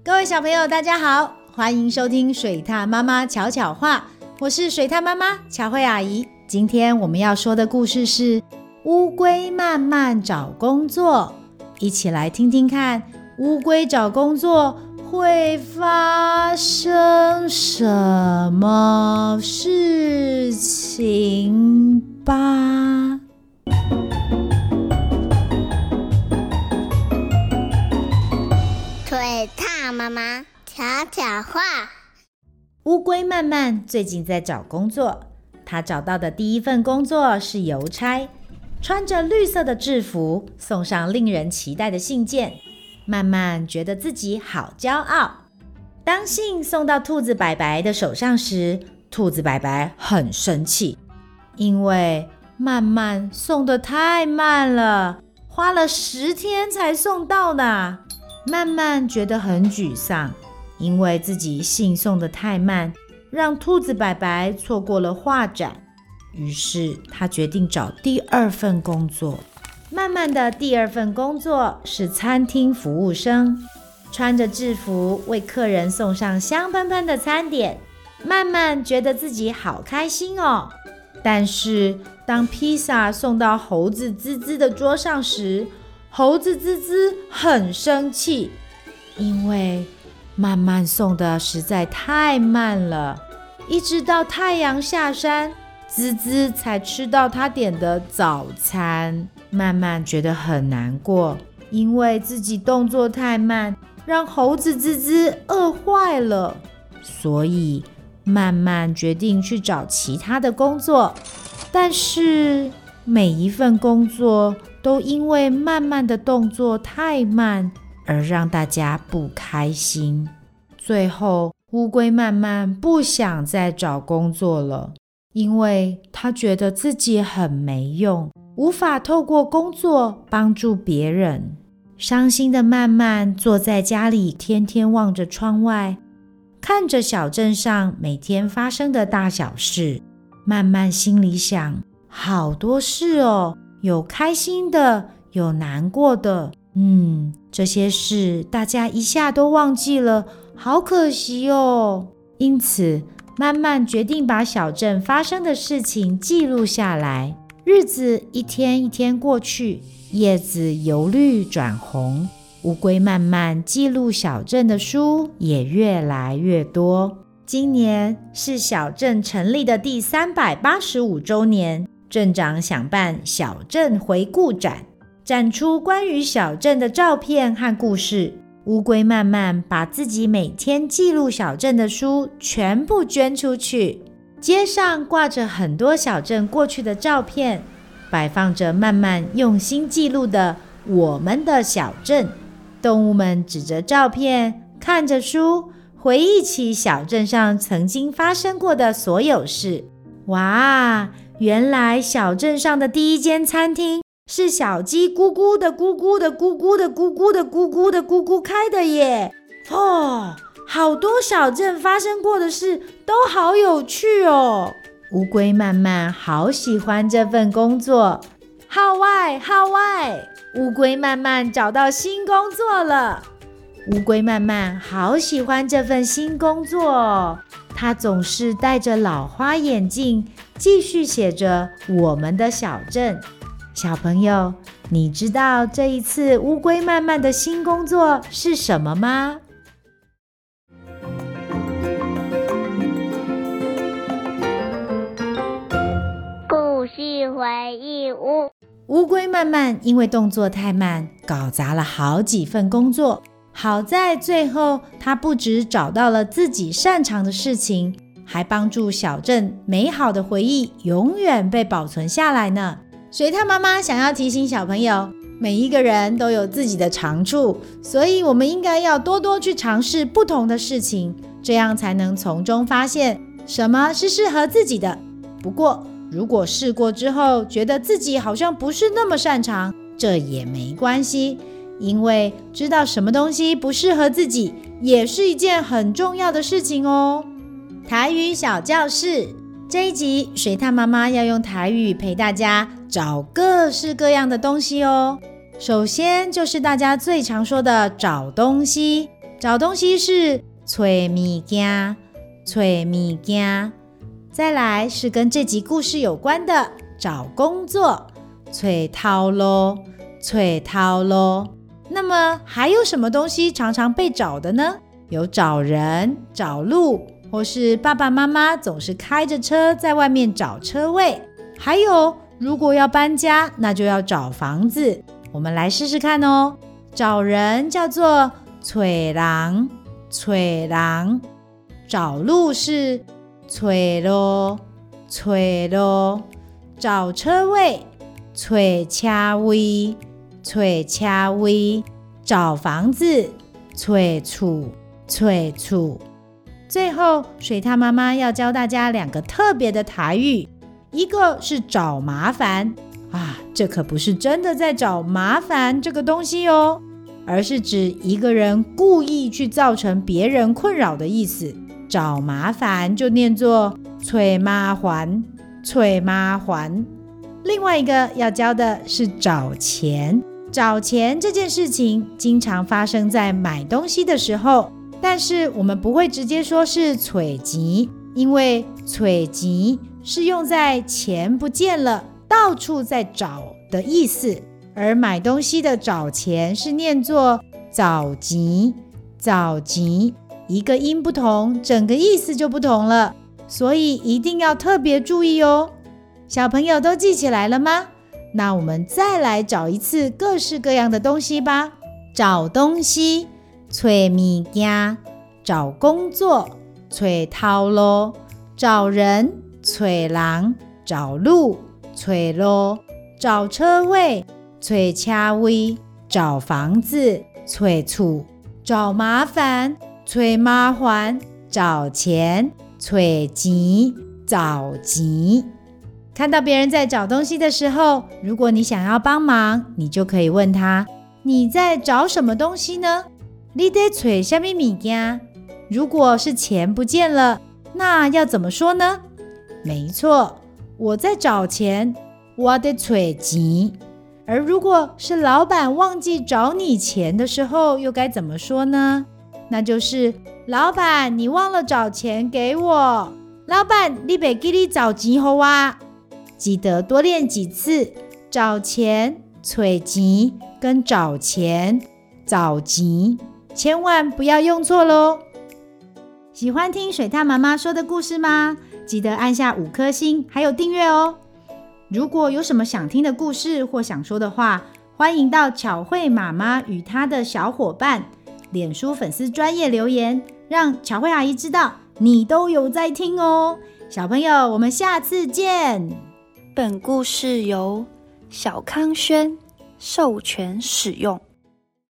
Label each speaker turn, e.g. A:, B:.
A: 各位小朋友大家好，欢迎收听水獭妈妈巧巧话，我是水獭妈妈巧慧阿姨。今天我们要说的故事是乌龟慢慢找工作，一起来听听看乌龟找工作会发生什么事情吧。
B: 水獭妈妈巧巧话。
A: 乌龟慢慢最近在找工作，他找到的第一份工作是邮差，穿着绿色的制服，送上令人期待的信件。慢慢觉得自己好骄傲。当信送到兔子白白的手上时，兔子白白很生气，因为慢慢送得太慢了，花了10天才送到呢。慢慢觉得很沮丧，因为自己信送得太慢，让兔子白白错过了画展。于是他决定找第二份工作。慢慢的第二份工作是餐厅服务生，穿着制服为客人送上香喷喷的餐点。慢慢觉得自己好开心哦。但是当披萨送到猴子滋滋的桌上时，猴子滋滋很生气，因为慢慢送的实在太慢了，一直到太阳下山，滋滋才吃到他点的早餐。慢慢觉得很难过，因为自己动作太慢，让猴子滋滋饿坏了。所以慢慢决定去找其他的工作，但是每一份工作都因为慢慢的动作太慢而让大家不开心。最后乌龟慢慢不想再找工作了，因为他觉得自己很没用，无法透过工作帮助别人。伤心的慢慢坐在家里，天天望着窗外，看着小镇上每天发生的大小事。慢慢心里想，好多事哦，有开心的，有难过的，这些事大家一下都忘记了，好可惜哦。因此慢慢决定把小镇发生的事情记录下来。日子一天一天过去，叶子由绿转红，乌龟慢慢记录小镇的书也越来越多。今年是小镇成立的第385周年，镇长想办小镇回顾展，展出关于小镇的照片和故事。乌龟慢慢把自己每天记录小镇的书全部捐出去。街上挂着很多小镇过去的照片，摆放着慢慢用心记录的我们的小镇。动物们指着照片，看着书，回忆起小镇上曾经发生过的所有事。哇，原来小镇上的第一间餐厅是小鸡咕咕的咕咕的咕咕的咕咕的咕咕的咕咕开的耶！好多小镇发生过的事都好有趣哦。乌龟慢慢好喜欢这份工作。号外号外，乌龟慢慢找到新工作了。乌龟慢慢好喜欢这份新工作哦，他总是戴着老花眼镜，继续写着我们的小镇。小朋友，你知道这一次乌龟慢慢的新工作是什么吗？
B: 故事回忆屋。
A: 乌龟慢慢因为动作太慢，搞砸了好几份工作。好在最后他不只找到了自己擅长的事情，还帮助小镇美好的回忆永远被保存下来呢。水獭妈妈想要提醒小朋友，每一个人都有自己的长处，所以我们应该要多多去尝试不同的事情，这样才能从中发现什么是适合自己的。不过如果试过之后觉得自己好像不是那么擅长，这也没关系，因为知道什么东西不适合自己也是一件很重要的事情哦。台语小教室，这一集水獭妈妈要用台语陪大家找各式各样的东西哦。首先就是大家最常说的找东西， 找东西是找物件，找物件。再来是跟这集故事有关的找工作，找头路，找头路。那么还有什么东西常常被找的呢？有找人、找路，或是爸爸妈妈总是开着车在外面找车位。还有如果要搬家，那就要找房子。我们来试试看哦。找人叫做找人，找人。找路是找路，找路。找车位找车位，找车位。找房子找厝，找厝。最后水獭妈妈要教大家2个特别的台语，一个是找麻烦啊，这可不是真的在找麻烦这个东西哦，而是指一个人故意去造成别人困扰的意思。找麻烦就念作找麻烦，找麻烦。另外一个要教的是找钱。找钱这件事情经常发生在买东西的时候，但是我们不会直接说是找钱，因为找钱是用在钱不见了，到处在找的意思，而买东西的找钱是念作找钱，找钱。一个音不同，整个意思就不同了，所以一定要特别注意哦。小朋友都记起来了吗？那我们再来找一次各式各样的东西吧。找东西找物件，找工作找头路，找人找人，找路找路，找车位找车位，找房子找厝，找麻烦找麻烦，找钱找钱，找钱。看到别人在找东西的时候，如果你想要帮忙，你就可以问他，你在找什么东西呢？你在找什么物件？如果是钱不见了，那要怎么说呢？没错，我在找钱，我在找钱。而如果是老板忘记找你钱的时候，又该怎么说呢？那就是老板，你忘了找钱给我。老板，你不记得找钱给我。记得多练几次找钱、找钱跟找钱、找钱，千万不要用错咯。喜欢听水獭妈妈说的故事吗？记得按下5颗星还有订阅哦。如果有什么想听的故事或想说的话，欢迎到巧慧妈妈与她的小伙伴脸书粉丝专页留言，让巧慧阿姨知道你都有在听哦。小朋友，我们下次见。
C: 本故事由小康轩授权使用。